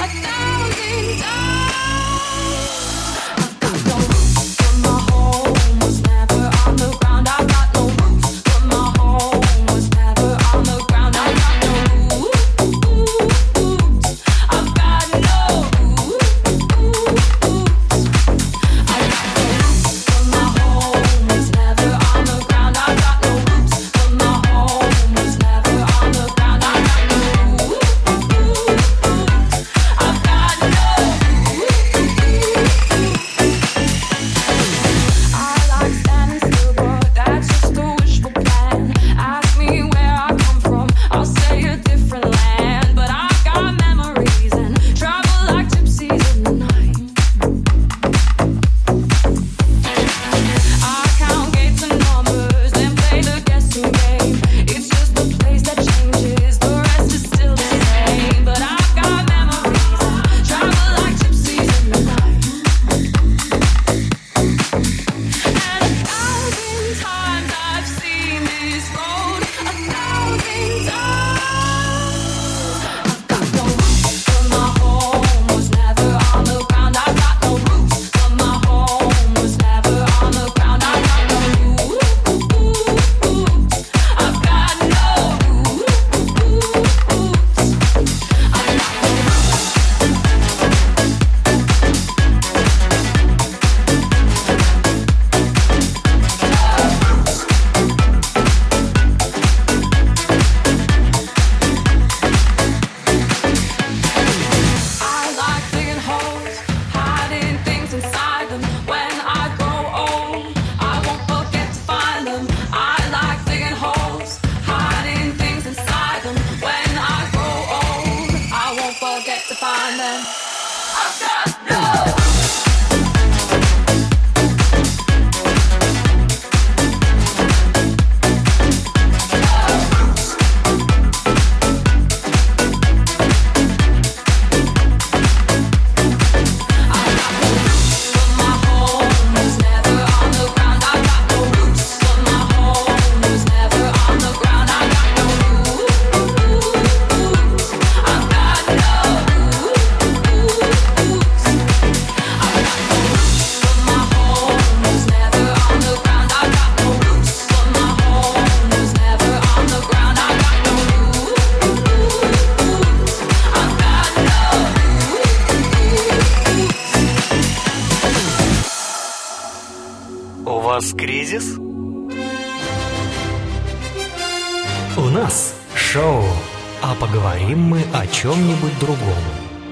вас кризис? У нас шоу, а поговорим мы о чем-нибудь другом.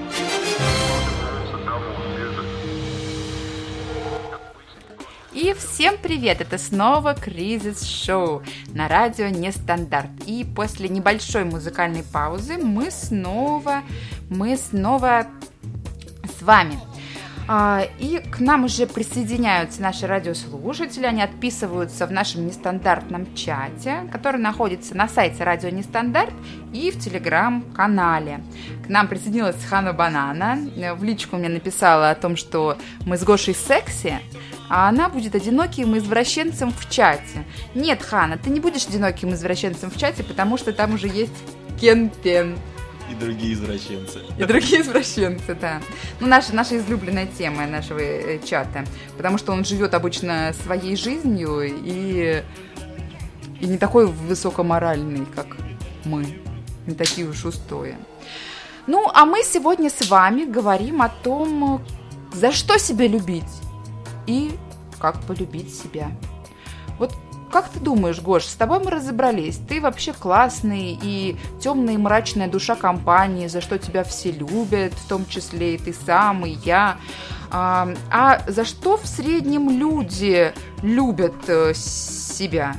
И всем привет! Это снова кризис-шоу на радио Нестандарт. И после небольшой музыкальной паузы мы снова с вами. И к нам уже присоединяются наши радиослушатели. Они отписываются в нашем нестандартном чате, который находится на сайте Радио Нестандарт и в телеграм-канале. К нам присоединилась Хана Банана. В личку мне написала о том, что мы с Гошей секси, а она будет одиноким извращенцем в чате. Нет, Хана, ты не будешь одиноким извращенцем в чате, потому что там уже есть Кен-Пен. И другие извращенцы. И другие извращенцы, да. Ну, наша излюбленная тема нашего чата. Потому что он живет обычно своей жизнью и не такой высокоморальный, как мы. Не такие уж устои. Ну, а мы сегодня с вами говорим о том, за что себя любить и как полюбить себя. Вот как ты думаешь, Гош, с тобой мы разобрались. Ты вообще классный и темная и мрачная душа компании, за что тебя все любят, в том числе и ты сам, и я. А за что в среднем люди любят себя?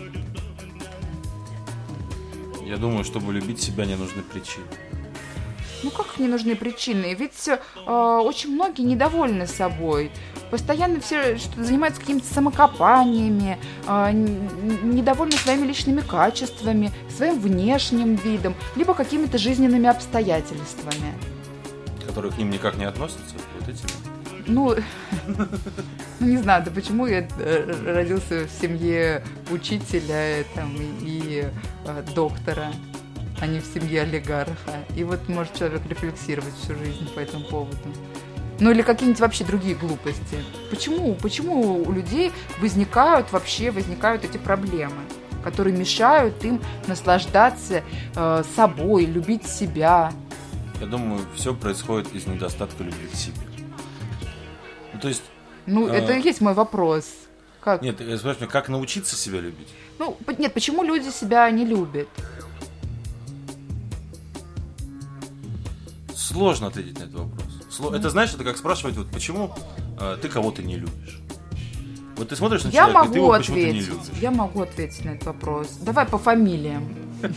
Я думаю, чтобы любить себя, не нужны причины. Ну как не нужны причины? Ведь очень многие недовольны собой. Постоянно все занимаются какими-то самокопаниями, недовольны своими личными качествами, своим внешним видом, либо какими-то жизненными обстоятельствами. Которые к ним никак не относятся? Вот эти? Ну, не знаю, да почему я родился в семье учителя там, и доктора. а не в семье олигарха. И вот может человек рефлексировать всю жизнь по этому поводу. Ну или какие-нибудь вообще другие глупости. Почему у людей возникают эти проблемы, которые мешают им наслаждаться собой, любить себя? Я думаю, все происходит из недостатка любви к себе. Ну, то есть... это и есть мой вопрос. Как? Нет, я спрашиваю, как научиться себя любить? Нет, почему люди себя не любят? Сложно ответить на этот вопрос. Это, знаешь, это как спрашивать, вот почему ты кого-то не любишь. Вот ты смотришь на человека, и ты его почему-то не любишь. Я могу ответить на этот вопрос. Давай по фамилиям.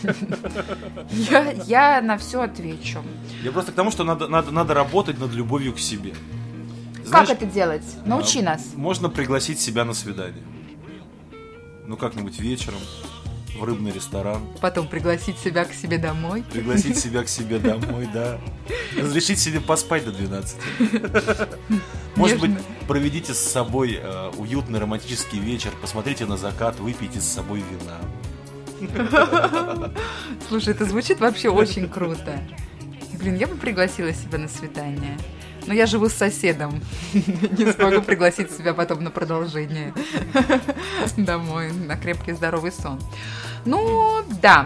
Я на все отвечу. Я просто к тому, что надо работать над любовью к себе. Как это делать? Научи нас. Можно пригласить себя на свидание. Как-нибудь вечером в рыбный ресторан. Потом пригласить себя к себе домой. Пригласить себя к себе домой, да. Разрешить себе поспать до 12. Может быть, проведите с собой уютный романтический вечер, посмотрите на закат, выпейте с собой вина. Слушай, это звучит вообще очень круто. Блин, я бы пригласила себя на свидание. Но я живу с соседом. Не смогу пригласить себя потом на продолжение домой, на крепкий здоровый сон. Да.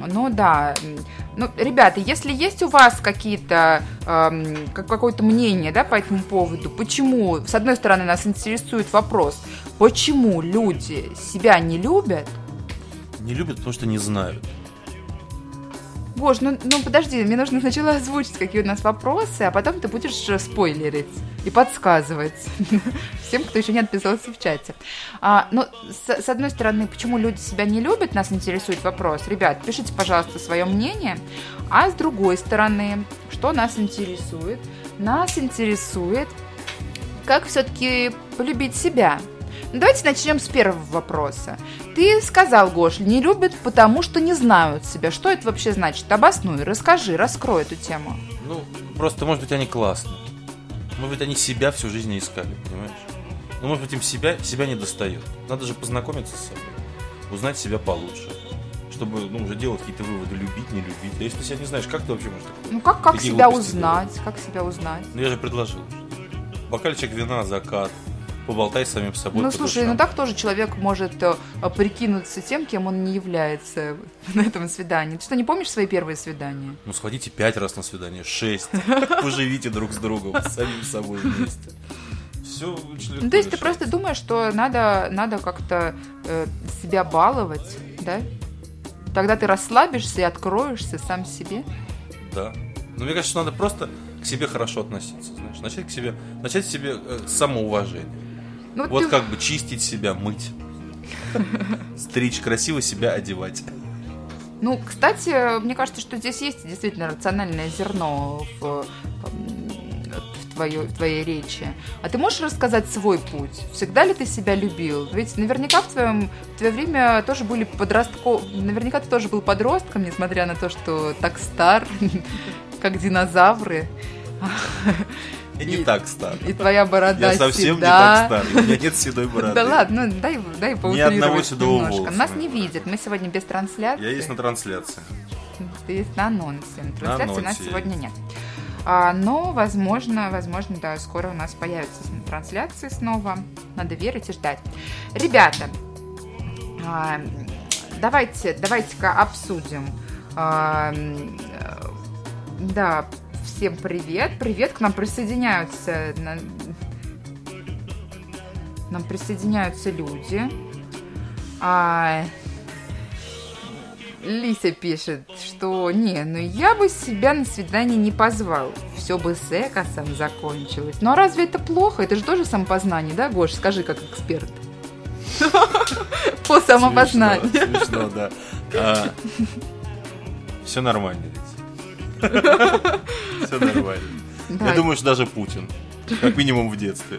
Ребята, если есть у вас какое-то мнение, да, по этому поводу, почему, с одной стороны, нас интересует вопрос, почему люди себя не любят? Не любят, потому что не знают. Гош, подожди, мне нужно сначала озвучить, какие у нас вопросы, а потом ты будешь спойлерить и подсказывать всем, кто еще не отписался в чате. С одной стороны, почему люди себя не любят, нас интересует вопрос. Ребят, пишите, пожалуйста, свое мнение. А с другой стороны, что нас интересует? Нас интересует, как все-таки полюбить себя. Давайте начнем с первого вопроса. Ты сказал, Гош, не любят, потому что не знают себя. Что это вообще значит? Обоснуй, расскажи, раскрой эту тему. Просто, может быть, они классные. Может быть, они себя всю жизнь не искали, понимаешь? Может быть, им себя не достает. Надо же познакомиться с собой, узнать себя получше, чтобы уже делать какие-то выводы, любить, не любить. А если ты себя не знаешь, как ты вообще можешь такое? Как себя узнать? Как себя узнать? Я же предложил. Бокальчик вина, закат. Поболтай с самим собой. Слушай, так тоже человек может прикинуться тем, кем он не является на этом свидании. Ты что, не помнишь свои первые свидания? Сходите 5 раз на свидание, 6. Поживите друг с другом, с самим собой вместе. Все очень то есть ты просто думаешь, что надо как-то себя баловать, да? Тогда ты расслабишься и откроешься сам себе? Да. Мне кажется, что надо просто к себе хорошо относиться, знаешь. Начать к себе самоуважение. Чистить себя, мыть, стричь, красиво себя одевать. Кстати, мне кажется, что здесь есть действительно рациональное зерно в твоей речи. А ты можешь рассказать свой путь? Всегда ли ты себя любил? Ведь наверняка в твое время тоже были наверняка ты тоже был подростком, несмотря на то, что так стар, как динозавры. Я не так стар. И твоя борода я совсем не так стар. У меня нет седой бороды. Да ладно, дай поутрировать ни одного седого немножко. волоса. Нас не видят, мы сегодня без трансляции. Я есть на трансляции. Ты есть на анонсе. Трансляции у нас сегодня нет. Но, возможно, да, скоро у нас появятся трансляции снова. Надо верить и ждать. Ребята, давайте-ка обсудим. Да, всем привет. Привет, к нам присоединяются люди. Лися пишет, что я бы себя на свидание не позвал. Все бы сексом закончилось. А разве это плохо? Это же тоже самопознание, да, Гош? Скажи, как эксперт. По самопознанию. Смешно, да. Все нормально, Лися. Все нормально. Я думаю, что даже Путин. Как минимум в детстве.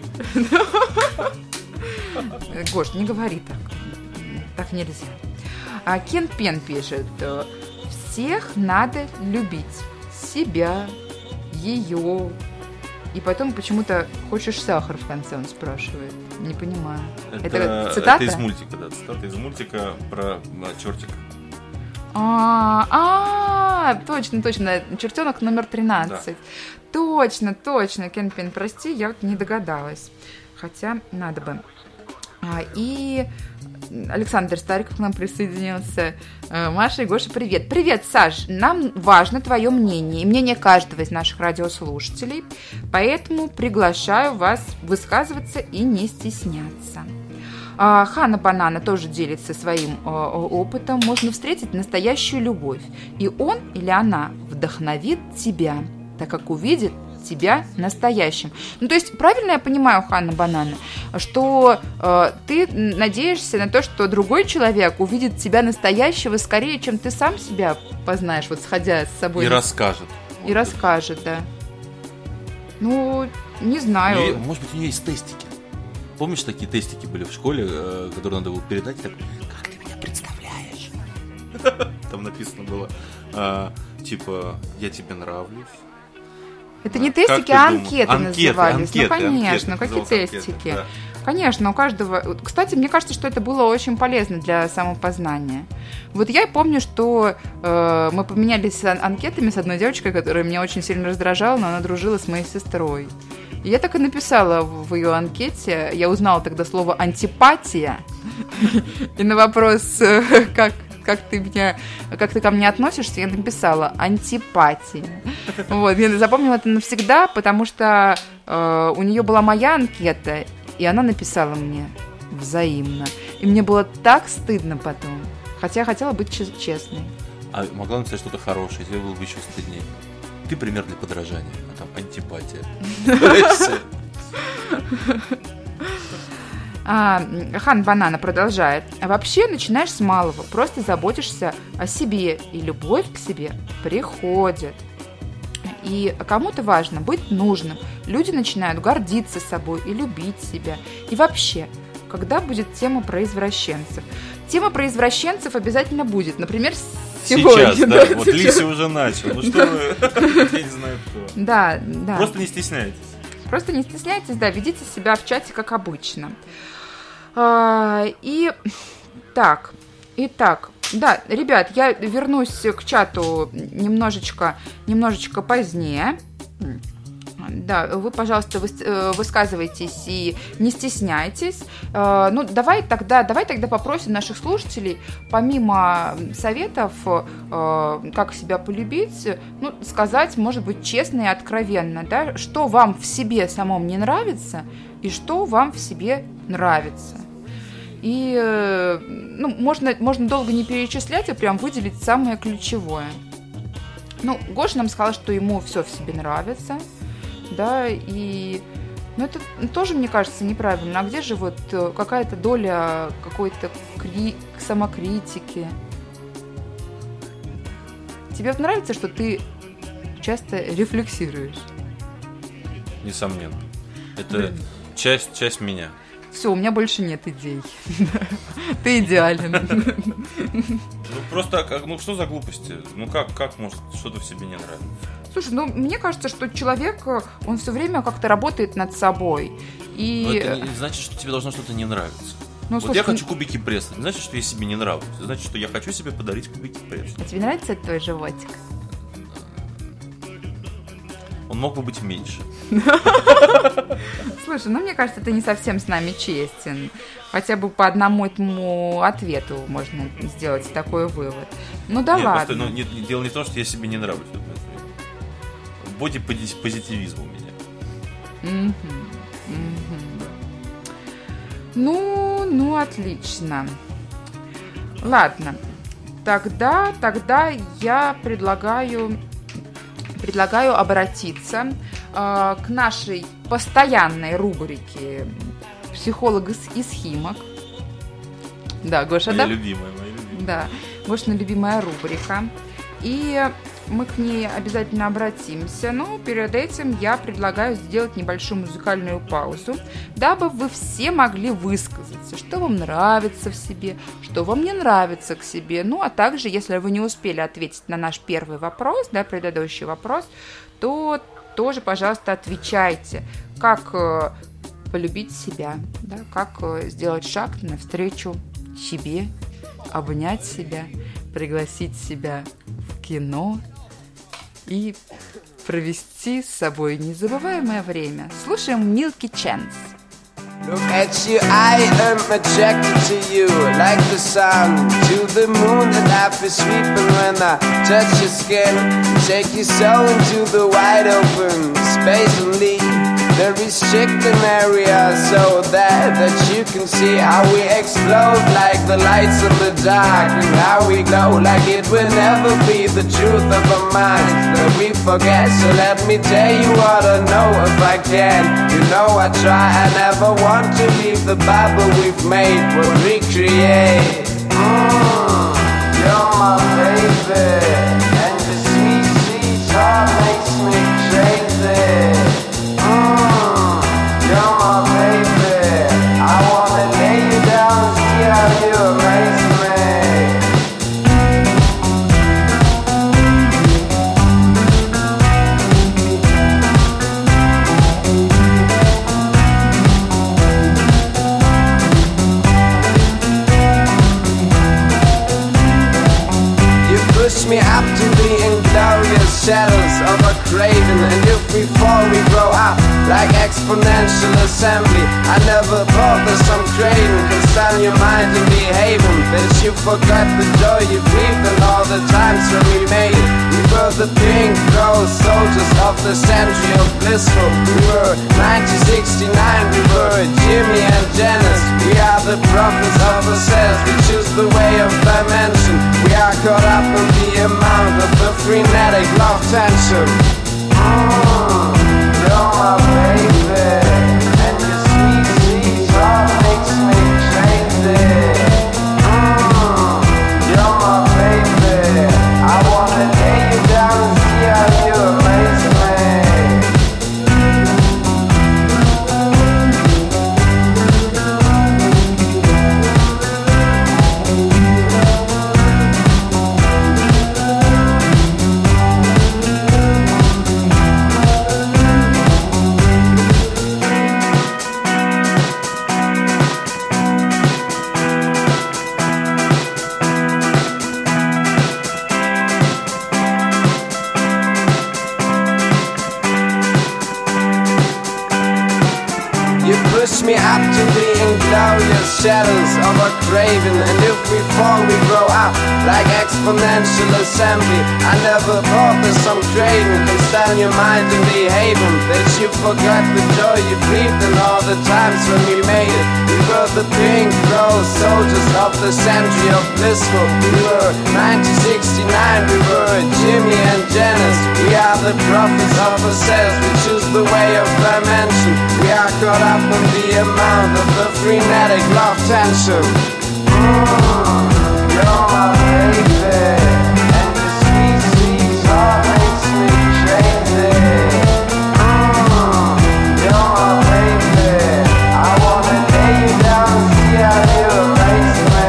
Гош, не говори так. Так нельзя. Кен Пен пишет: всех надо любить. Себя, ее. И потом почему-то хочешь сахар в конце, он спрашивает. Не понимаю. Это цитата? Это из мультика, да. Цитата из мультика про чертика. точно. Чертенок номер 13. Да. Точно. Кенпин, прости, я вот не догадалась. Хотя надо бы. И Александр Стариков к нам присоединился. Маша и Гоша, привет. Привет, Саш. Нам важно твое мнение и мнение каждого из наших радиослушателей, поэтому приглашаю вас высказываться и не стесняться. Ханна Банана тоже делится своим опытом. Можно встретить настоящую любовь, и он или она вдохновит тебя, так как увидит тебя настоящим. Ну, то есть, правильно я понимаю, Ханна Банана, что ты надеешься на то, что другой человек увидит тебя настоящего скорее, чем ты сам себя познаешь, вот сходя с собой. И расскажет. И расскажет, да. Ну, не знаю. Может быть, у нее есть тестики. Помнишь, такие тестики были в школе, которые надо было передать? Так, как ты меня представляешь? Там написано было, типа, я тебе нравлюсь. Это не тестики, а анкеты назывались. Ну, конечно, какие тестики? Да. Конечно, у каждого... Кстати, мне кажется, что это было очень полезно для самопознания. Вот я помню, что мы поменялись анкетами с одной девочкой, которая меня очень сильно раздражала, но она дружила с моей сестрой. И я так и написала в ее анкете, я узнала тогда слово «антипатия», и на вопрос, как ты ко мне относишься, я написала «антипатия». Вот, я запомнила это навсегда, потому что у нее была моя анкета, и она написала мне взаимно. И мне было так стыдно потом, хотя я хотела быть честной. А могла написать что-то хорошее, тебе было бы еще стыднее. Ты пример для подражания, а там антипатия. Хан Банана продолжает. А вообще начинаешь с малого, просто заботишься о себе, и любовь к себе приходит. И кому-то важно быть нужным. Люди начинают гордиться собой и любить себя. И вообще, когда будет тема про извращенцев? Тема про извращенцев обязательно будет. Например, сегодня. Сейчас, да. Вот Лися уже начал. Ну что вы, я не знаю кто. Да. Просто не стесняйтесь. Просто не стесняйтесь, да, ведите себя в чате, как обычно. Итак, да, ребят, я вернусь к чату немножечко позднее. Да, вы, пожалуйста, высказывайтесь и не стесняйтесь. Ну, давай тогда попросим наших слушателей, помимо советов, как себя полюбить, ну, сказать, может быть, честно и откровенно, да, что вам в себе самом не нравится и что вам в себе нравится. И, ну, можно долго не перечислять, а прям выделить самое ключевое. Ну, Гоша нам сказал, что ему все в себе нравится. Да, и это тоже, мне кажется, неправильно. А где же вот какая-то доля какой-то самокритики? Тебе нравится, что ты часто рефлексируешь? Несомненно. Это часть меня. Все, у меня больше нет идей. Ты идеален. Ну просто, ну что за глупости? Ну как может что-то в себе не нравится? Слушай, ну мне кажется, что человек, он все время как-то работает над собой. И... Но это не значит, что тебе должно что-то не нравиться. Ну, вот слушай, я хочу кубики пресса. Не значит, что я себе не нравлюсь. Это значит, что я хочу себе подарить кубики пресса. А тебе нравится твой животик? Он мог бы быть меньше. Слушай, ну мне кажется, ты не совсем с нами честен. Хотя бы по одному этому ответу можно сделать такой вывод. Ну да ладно. Просто, дело не в том, что я себе не нравлюсь. Бодипозитивизм у меня. Ну, отлично. Ладно. Тогда я предлагаю обратиться к нашей постоянной рубрике «Психолог из Химок». Да, Гоша, моя да? Любимая. Да, Гошина любимая рубрика. И мы к ней обязательно обратимся, но перед этим я предлагаю сделать небольшую музыкальную паузу, дабы вы все могли высказаться, что вам нравится в себе, что вам не нравится к себе. Ну, а также, если вы не успели ответить на наш первый вопрос, да, предыдущий вопрос, то тоже, пожалуйста, отвечайте, как полюбить себя, да, как сделать шаг навстречу себе, обнять себя, пригласить себя в кино и провести с собой незабываемое время. Слушаем Milky Chance. Look at you, I am attracted to you, like the sun to the moon, and I feel sweeping when I touch your skin. Take you so into the wide open space and leave the restricting area so that you can see how we explode like the lights in the dark, and how we glow like it will never be the truth of our minds that we forget. So let me tell you what I know if I can. You know I try, I never want to leave the bubble we've made, we'll recreate. You're my baby, and your sweet, sweet heart makes me crazy. You're my baby, I wanna lay you down and see how you amaze me. You push me up to the inglorious shadows of a craven, and if we fall we grow up like exponential assembly. I never thought that some craven can stand your mind and behaving, that you forgot the joy you breathed and all the times when we made it. We were the pink rose soldiers of the century of blissful. We were 1969, we were Jimmy and Janice. We are the prophets of ourselves, we choose the way of dimension. We are caught up in the amount of the frenetic love tension. You're my baby, and your sweet, sweet heart makes me crazy. You're my baby, I wanna lay you down and see how you amaze me. Push me up to the inglorious shadows of a craven, and if we fall we grow up like exponential assembly. I never thought that some craven can stand your mind and behaving, that you forgot the joy you breathed and all the times when we made it. We were the pink rose soldiers of the century of blissful. We were 1969, we were Jimmy and Janice. We are the prophets of ourselves, we choose the way of dimension. We are caught up in the amount of the frenetic love tension. You're my baby, and your sweet, sweet heart makes me crazy. You're my baby, I wanna lay you down and see how you amaze me.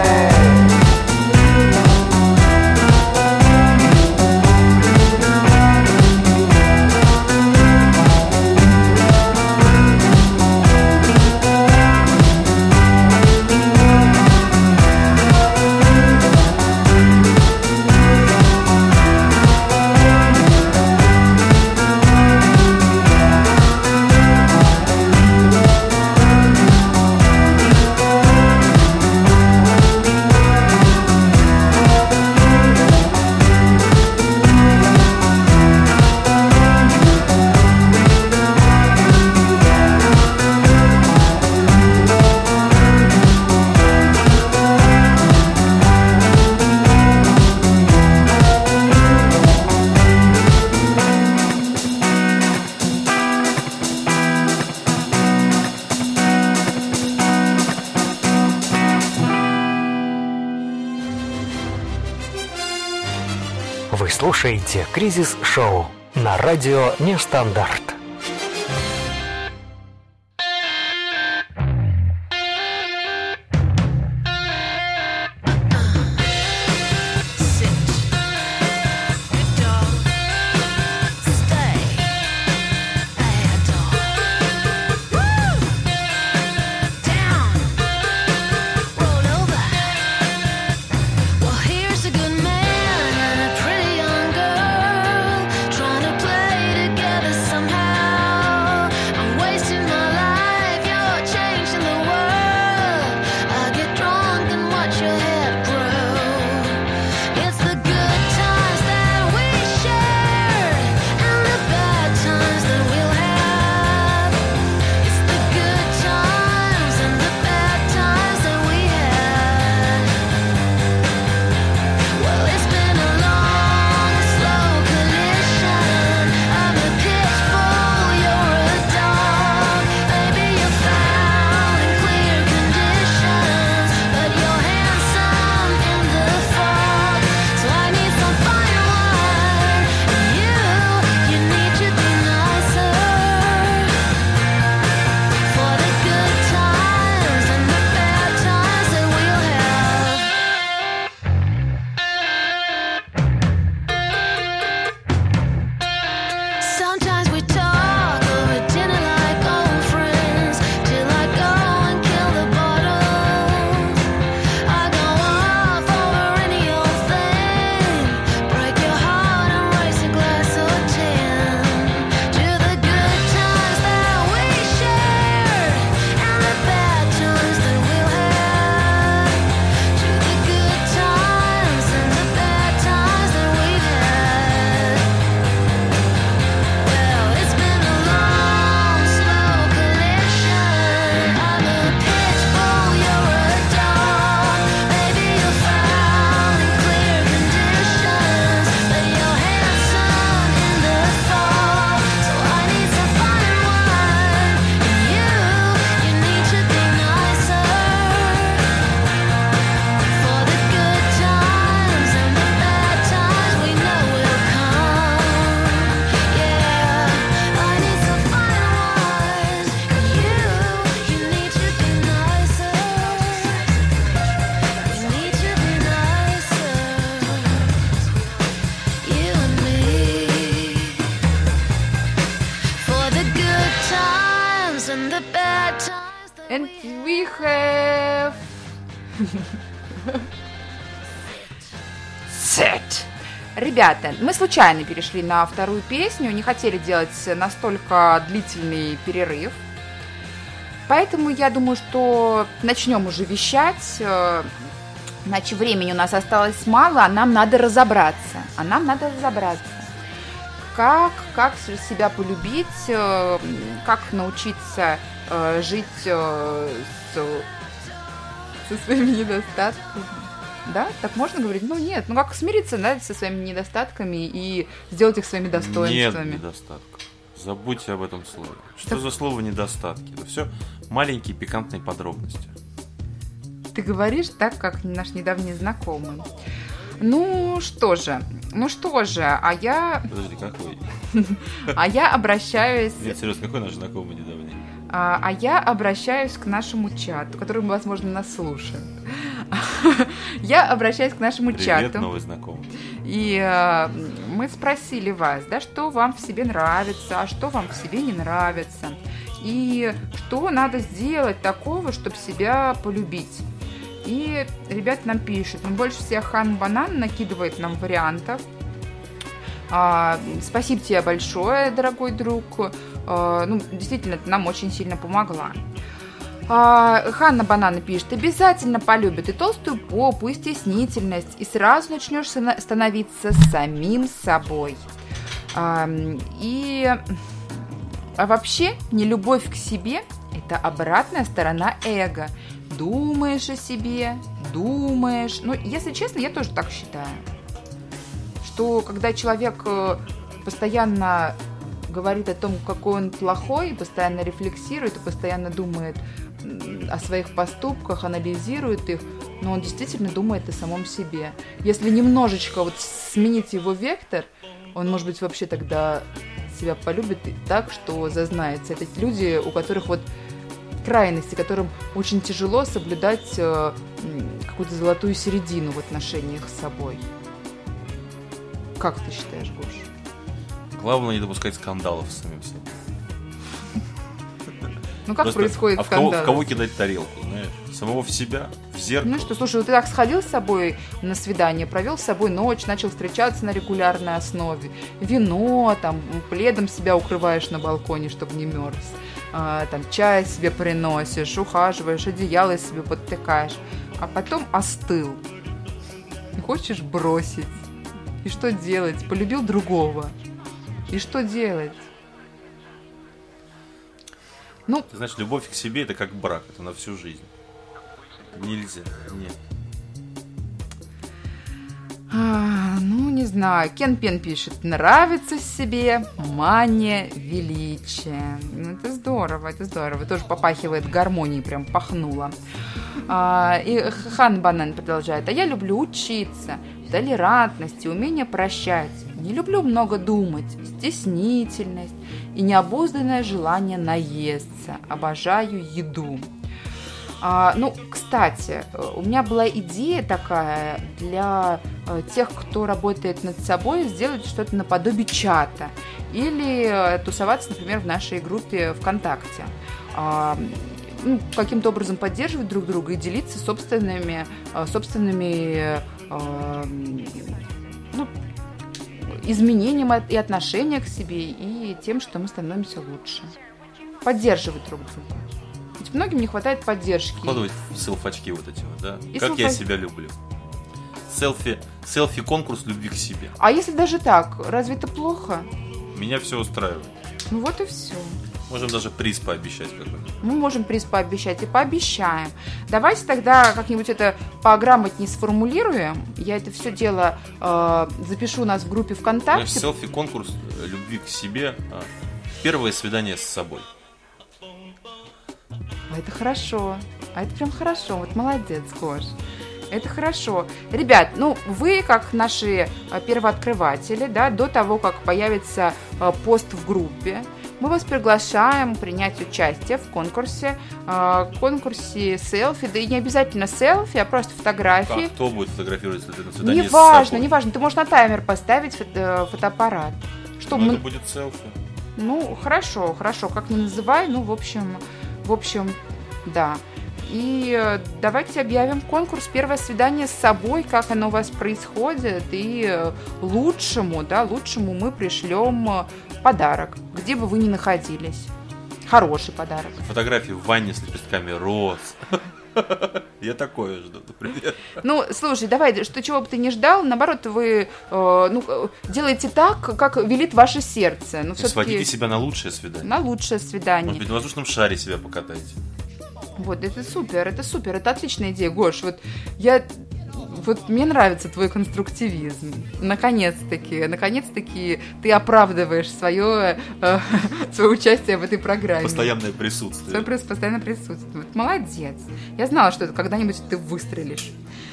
Вы слушаете «Кризис-шоу» на радио «Нестандарт». Well, here's a good man and a pretty young girl. And we have... Set. Ребята, мы случайно перешли на вторую песню, не хотели делать настолько длительный перерыв. Поэтому я думаю, что начнем уже вещать, иначе времени у нас осталось мало, а нам надо разобраться. Как себя полюбить, как научиться жить со своими недостатками. Да? Так можно говорить? Ну нет, ну как смириться, да, со своими недостатками и сделать их своими достоинствами. Нет недостатков. Забудьте об этом слове. Что за слово недостатки? Это все маленькие пикантные подробности. Ты говоришь так, как наш недавний знакомый. Ну что же, а я... Подожди, какой? А я обращаюсь... Нет, серьезно, какой наш знакомый недавний? А я обращаюсь к нашему чату, который, возможно, нас слушает. Я обращаюсь к нашему чату. Привет, новый знакомый. И мы спросили вас, да, что вам в себе нравится, а что вам в себе не нравится. И что надо сделать такого, чтобы себя полюбить. И ребята нам пишут, больше всех Хан Банан накидывает нам вариантов. Спасибо тебе большое, дорогой друг. Действительно, ты нам очень сильно помогла. Ханна Банана пишет: обязательно полюбит и толстую попу, и стеснительность, и сразу начнешь становиться самим собой. А вообще, нелюбовь к себе – это обратная сторона эго. Думаешь о себе, думаешь. Если честно, я тоже так считаю. Что когда человек постоянно говорит о том, какой он плохой, постоянно рефлексирует и постоянно думает о своих поступках, анализирует их, но он действительно думает о самом себе. Если немножечко сменить его вектор, он, может быть, вообще тогда себя полюбит так, что зазнается. Это люди, у которых крайности, которым очень тяжело соблюдать какую-то золотую середину в отношениях с собой. Как ты считаешь, Гош? Главное не допускать скандалов с самим собой. Как просто происходит скандал? В кого кидать тарелку, знаешь? Самого в себя, в зеркало. Слушай, ты так сходил с собой на свидание, провел с собой ночь, начал встречаться на регулярной основе. Вино, пледом себя укрываешь на балконе, чтобы не мерз. Чай себе приносишь, ухаживаешь, одеяло себе подтыкаешь. А потом остыл. И хочешь бросить. И что делать? Полюбил другого. И что делать? Ты знаешь, любовь к себе – это как брак, это на всю жизнь. Нельзя, нет. Не знаю. Кен Пен пишет: нравится себе мания величия. Это здорово, это здорово. Тоже попахивает гармонией, прям пахнуло. И Хан Банан продолжает: а я люблю учиться, толерантность и умение прощать. Не люблю много думать, стеснительность и необузданное желание наесться. Обожаю еду. Кстати, у меня была идея такая для тех, кто работает над собой, сделать что-то наподобие чата или тусоваться, например, в нашей группе ВКонтакте. Каким-то образом поддерживать друг друга и делиться собственными изменением и отношения к себе, и тем, что мы становимся лучше. Поддерживать друг друга. Ведь многим не хватает поддержки. Вкладывать в селф-очки эти, да? Как я себя люблю. Селфи-конкурс любви к себе. А если даже так, разве это плохо? Меня все устраивает. Вот и все. Можем даже приз пообещать какой-нибудь. Мы можем приз пообещать и пообещаем. Давайте тогда как-нибудь это пограмотнее сформулируем. Я это все дело запишу у нас в группе ВКонтакте. Селфи-конкурс любви к себе. Первое свидание с собой. Это хорошо. Это прям хорошо. Молодец, Гош. Это хорошо. Ребят, вы, как наши первооткрыватели, да, до того, как появится пост в группе, мы вас приглашаем принять участие в конкурсе селфи, да и не обязательно селфи, а просто фотографии. Кто будет фотографировать, если ты на свидании с собой? Неважно. Ты можешь на таймер поставить фотоаппарат. Это будет селфи. Ну, хорошо, как ни называй, ну, в общем, да. И давайте объявим конкурс «Первое свидание с собой», как оно у вас происходит, и лучшему мы пришлем подарок, где бы вы ни находились. Хороший подарок. Фотографии в ванне с лепестками роз. Я такое жду, например. Ну, слушай, давай, чего бы ты ни ждал, наоборот, вы делаете так, как велит ваше сердце. Ну, сводите себя на лучшее свидание. На лучшее свидание. Может быть, на воздушном шаре себя покатайте. Вот, это супер, это отличная идея, Гош. Вот мне нравится твой конструктивизм. Наконец-таки ты оправдываешь свое участие в этой программе. Постоянное присутствие. Постоянное присутствие. Вот, молодец. Я знала, что когда-нибудь ты выстрелишь.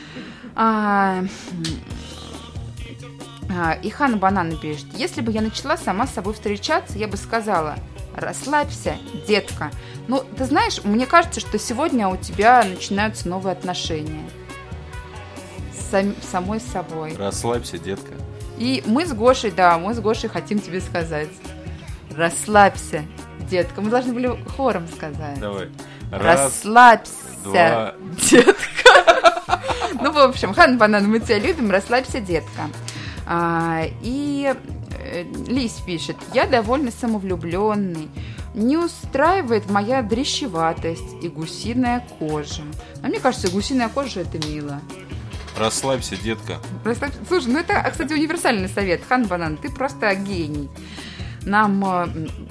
И Ханна Банана пишет: если бы я начала сама с собой встречаться, я бы сказала: расслабься, детка. Ну, ты знаешь, мне кажется, что сегодня у тебя начинаются новые отношения с самой собой. Расслабься, детка. И мы с Гошей хотим тебе сказать: расслабься, детка. Мы должны были хором сказать. Давай. Расслабься, детка. Ну, в общем, Ханна Банана, мы тебя любим, расслабься, детка. И Лис пишет: я довольно самовлюбленный. Не устраивает моя дрищеватость и гусиная кожа. А мне кажется, гусиная кожа — это мило. Расслабься, детка. Слушай, ну это, кстати, универсальный совет. Ханна Банана, ты просто гений. Нам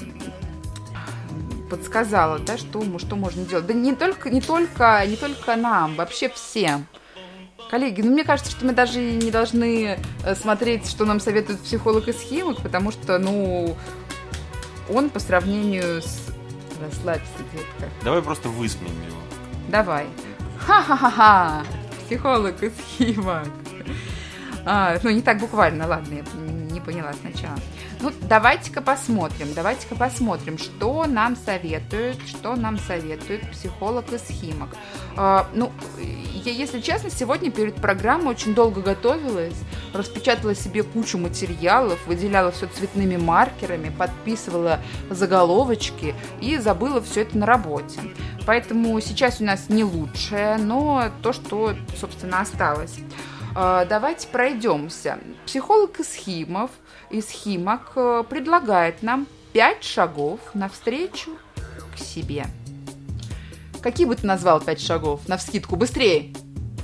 подсказала, да, что можно делать. Да не только нам, вообще всем. Коллеги, ну мне кажется, что мы даже не должны смотреть, что нам советует психолог и химик, потому что, он по сравнению с... Расслабься, детка. Давай просто высмеем его. Давай. Ха-ха-ха-ха. Психолог и химик. Не так буквально, ладно, я не поняла сначала. Ну, давайте-ка посмотрим, что нам советует психолог и химик. Я, если честно, сегодня перед программой очень долго готовилась, распечатала себе кучу материалов, выделяла все цветными маркерами, подписывала заголовочки и забыла все это на работе. Поэтому сейчас у нас не лучшее, но то, что, собственно, осталось. Давайте пройдемся. Психолог из химик предлагает нам 5 шагов навстречу к себе. Какие бы ты назвал 5 шагов? Навскидку, быстрее.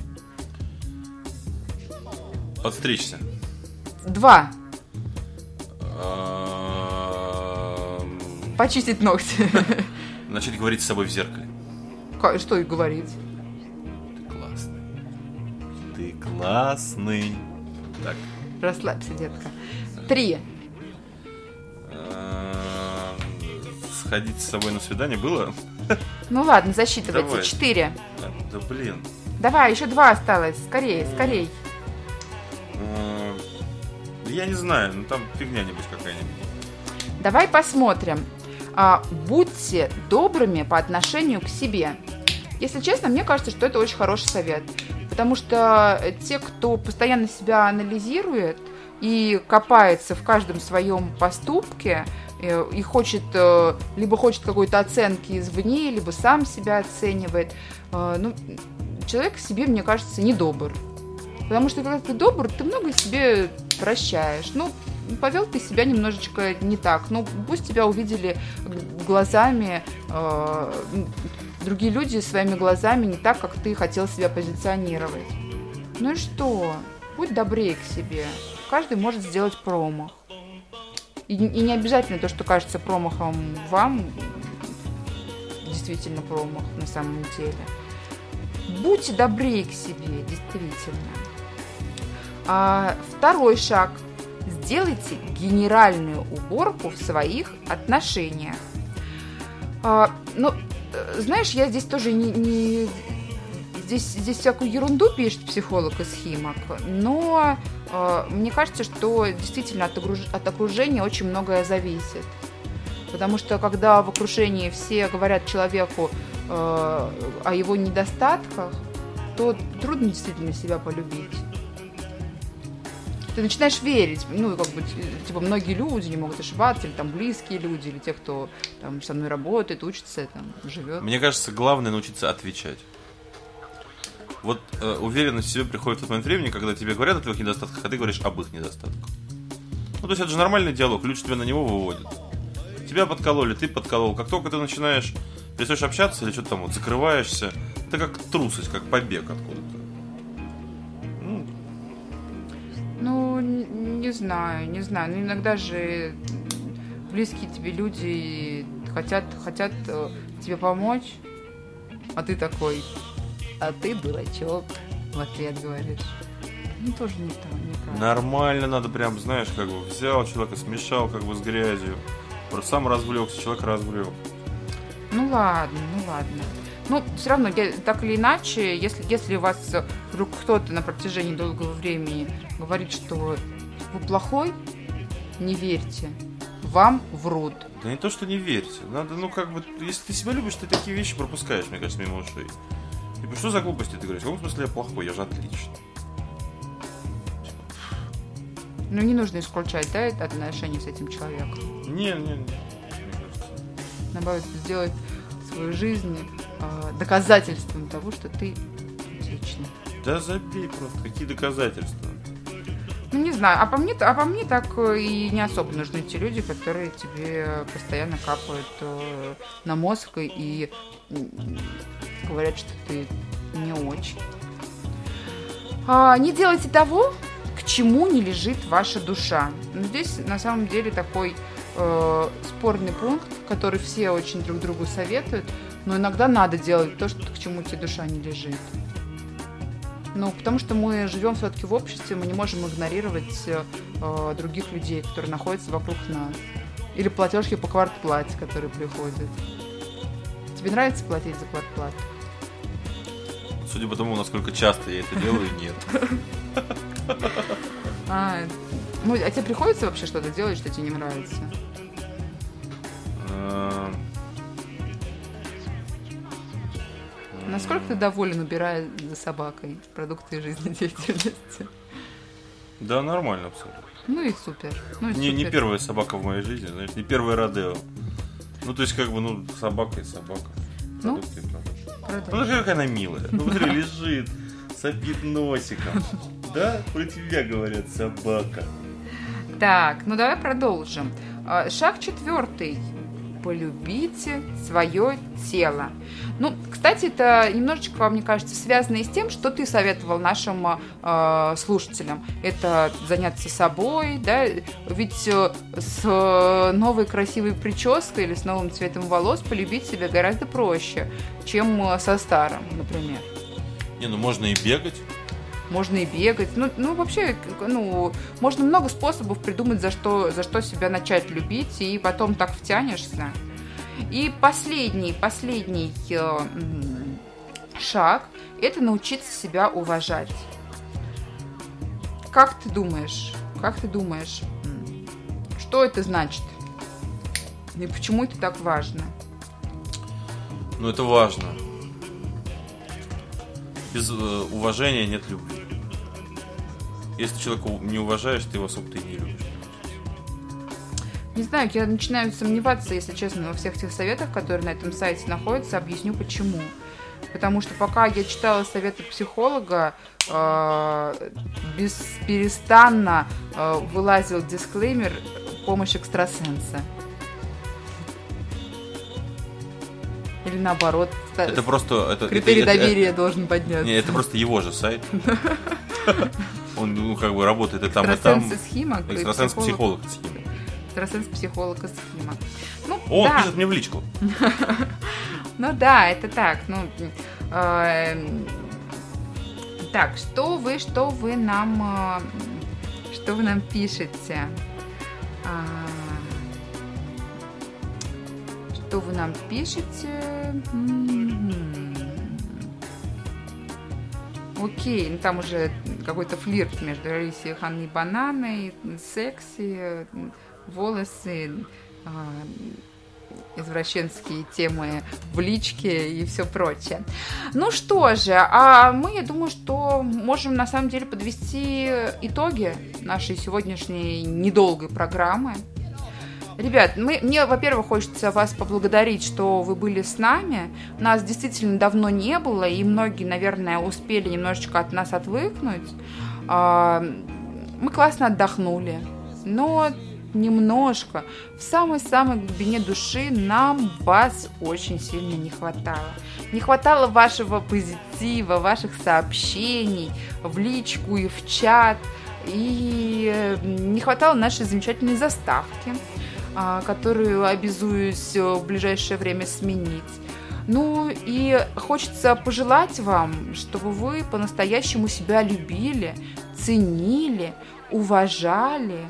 Подстричься. 2. Почистить ногти. Начать говорить с собой в зеркале. Что и говорить? Ты классный. Так. Расслабься, детка. 3. Сходить с собой на свидание было? Ну ладно, засчитывайте. Давай. 4. Да блин. Давай, еще 2 осталось. Скорее. Я не знаю, там фигня-нибудь какая-нибудь. Давай посмотрим. Будьте добрыми по отношению к себе. Если честно, мне кажется, что это очень хороший совет. Потому что те, кто постоянно себя анализирует и копается в каждом своем поступке, и либо хочет какой-то оценки извне, либо сам себя оценивает, человек себе, мне кажется, недобр. Потому что когда ты добр, ты много себе прощаешь. Повел ты себя немножечко не так. Пусть тебя увидели глазами, другие люди своими глазами не так, как ты хотел себя позиционировать. Ну и что? Будь добрее к себе. Каждый может сделать промах. И не обязательно то, что кажется промахом вам, действительно промах на самом деле. Будьте добрее к себе, действительно. 2 шаг. Сделайте генеральную уборку в своих отношениях. Знаешь, я здесь тоже здесь всякую ерунду пишет психолог из химик, но мне кажется, что действительно от окружения очень многое зависит. Потому что когда в окружении все говорят человеку о его недостатках, то трудно действительно себя полюбить. ты начинаешь верить. Ну, как бы, типа, многие люди не могут ошибаться, или там близкие люди, или те, кто там со мной работает, учится, там, живет. Мне кажется, главное научиться отвечать. Вот уверенность в себе приходит в тот момент времени, когда тебе говорят о твоих недостатках, а ты говоришь об их недостатках. Ну, то есть это же нормальный диалог, люди тебя на него выводят. Тебя подкололи, ты подколол. Как только ты начинаешь, перестаешь общаться или что-то там вот закрываешься, это как трусость, как побег откуда-то. Ну, не знаю. Но иногда же близкие тебе люди хотят тебе помочь, а ты такой, а ты дурачок, в ответ говоришь. Ну, тоже не то, неправильно. Нормально надо прям, знаешь, как бы взял человека, смешал как бы с грязью. Просто сам развлекся, человек развлек. Ну ладно. Ну, все равно, так или иначе, если у вас вдруг кто-то на протяжении долгого времени говорит, что вы плохой, не верьте. Вам врут. Да не то, что не верьте. Надо, ну, как бы, если ты себя любишь, ты такие вещи пропускаешь, мне кажется, мимо ушей. Типа, что за глупости ты говоришь? В каком смысле я плохой? Я же отличный. Ну, не нужно исключать, да, это отношения с этим человеком. Не. Наоборот, сделать свою жизнь доказательством того, что ты отличный. Да забей просто, какие доказательства. Ну, не знаю, а по мне так и не особо нужны те люди, которые тебе постоянно капают на мозг и говорят, что ты не очень. Не делайте того, к чему не лежит ваша душа. Но здесь на самом деле такой спорный пункт, который все очень друг другу советуют, но иногда надо делать то, к чему тебе душа не лежит. Ну, потому что мы живем все-таки в обществе, мы не можем игнорировать других людей, которые находятся вокруг нас. Или платежки по квартплате, которые приходят. Тебе нравится платить за квартплату? Судя по тому, насколько часто я это делаю, нет. Ну, а тебе приходится вообще что-то делать, что тебе не нравится? Насколько ты доволен, убирая за собакой продукты жизнедеятельности? Да, нормально абсолютно. Ну и супер. Не первая собака в моей жизни, знаешь, не первое родео. Ну, то есть, как бы, ну, собака и собака. Продукты и продукты. Ну, какая она милая. Ну, смотри, лежит, сопит носиком. Да, про тебя говорят, собака. Так, ну давай продолжим. Шаг 4. Полюбите свое тело. Ну, кстати, это немножечко, мне кажется, связано и с тем, что ты советовал нашим слушателям. Это заняться собой, да, ведь с новой красивой прической или с новым цветом волос полюбить себя гораздо проще, чем со старым, например. Не, ну можно и бегать. Можно и бегать. Ну, вообще, можно много способов придумать, за что себя начать любить, и потом так втянешься. И последний шаг – это научиться себя уважать. Как ты думаешь, что это значит? И почему это так важно? Ну, это важно. Без уважения нет любви. Если человека не уважаешь, ты его особо-то и не любишь. Не знаю, я начинаю сомневаться, если честно, во всех тех советах, которые на этом сайте находятся. Объясню почему. Потому что пока я читала советы психолога, бесперестанно вылазил дисклеймер «помощь экстрасенса». Или наоборот, это просто критерий доверия должен подняться. Не, это просто его же сайт. Он, как бы работает и там, и там. Экстрасенс-психолог. Экстрасенс-психолог-схема. Экстрасенс-психолог-схема. Он пишет мне в личку. Ну да, это так. Так, что вы нам пишете? Что вы нам пишете? Окей, там уже какой-то флирт между Алисией Ханной и Бананой, секси, волосы, извращенские темы в личке и все прочее. Ну что же, а мы, я думаю, что можем на самом деле подвести итоги нашей сегодняшней недолгой программы. Ребят, мне, во-первых, хочется вас поблагодарить, что вы были с нами. Нас действительно давно не было, и многие, наверное, успели немножечко от нас отвыкнуть. Мы классно отдохнули, но немножко, в самой-самой глубине души нам вас очень сильно не хватало. Не хватало вашего позитива, ваших сообщений в личку и в чат, и не хватало нашей замечательной заставки, которую обязуюсь в ближайшее время сменить. Ну и хочется пожелать вам, чтобы вы по-настоящему себя любили, ценили, уважали,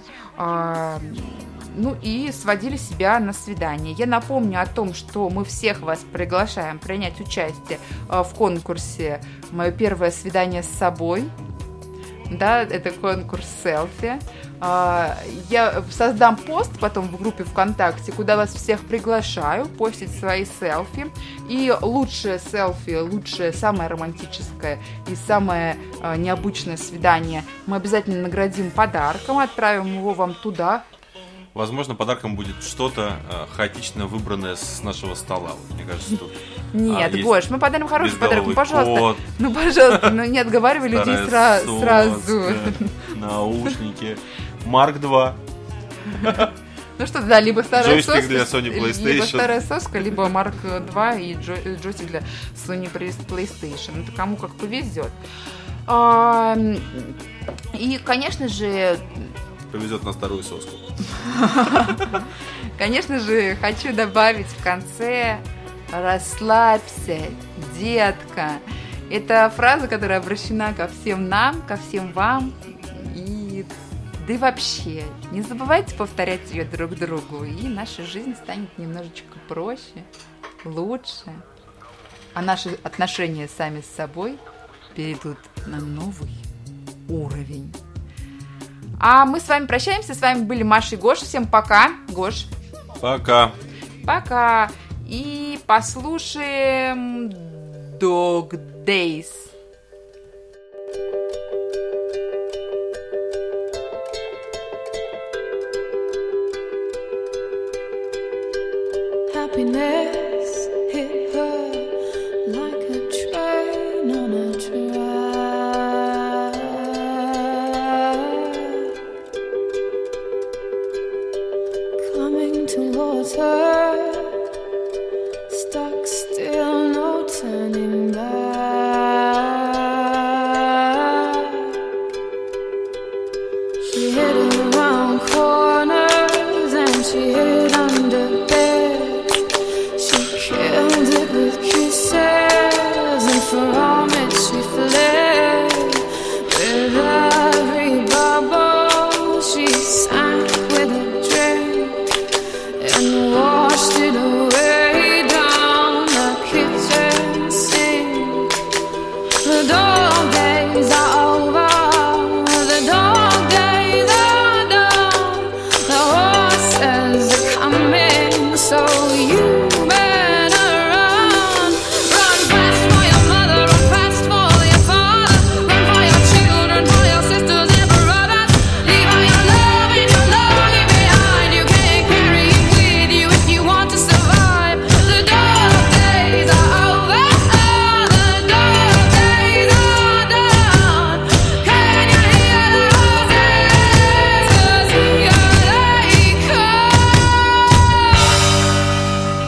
ну и сводили себя на свидание. Я напомню о том, что мы всех вас приглашаем принять участие в конкурсе «Мое первое свидание с собой». Да, это конкурс селфи. Я создам пост потом в группе ВКонтакте, куда вас всех приглашаю постить свои селфи. И лучшее селфи, лучшее, самое романтическое и самое необычное свидание мы обязательно наградим подарком, отправим его вам туда. Возможно, подарком будет что-то хаотично выбранное с нашего стола. Вот, мне кажется, тут... Нет, Гош, мы подарим хороший подарок. Ну, пожалуйста. Кот, ну, пожалуйста, не отговаривай людей сразу. Наушники. Марк 2. Ну что, да, либо старая джойстик соска, для Sony PlayStation. Либо старая соска, либо Марк 2 и джойстик для Sony PlayStation. Это кому как повезет. И, конечно же... Повезет на старую соску. Конечно же, хочу добавить в конце: расслабься, детка. Это фраза, которая обращена ко всем нам, ко всем вам. И да и вообще, не забывайте повторять ее друг другу, и наша жизнь станет немножечко проще, лучше. А наши отношения сами с собой перейдут на новый уровень. А мы с вами прощаемся. С вами были Маша и Гоша. Всем пока. Гош. Пока. Пока. И послушаем Dog Days. Happiness hit her like a train on a track. Coming towards her, stuck still, no turning back. She hid around corners and she hid under beds. She killed it with kisses, and from it she fled. With every bubble she sank with a drink and washed it away down the kitchen sink. The dog days are over, the dog days are done. The horses are coming, so you better run. Run fast for your mother, run fast for your father, run for your children, for your sisters and brothers. Leave all your love and your longing behind. You can't carry it with you if you want to survive. The dog days are over, the dog days are done. Can you hear the horses? 'Cause here they come.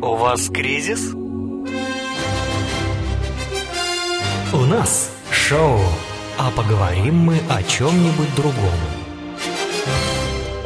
У вас кризис? У нас шоу «А поговорим мы о чем-нибудь другом».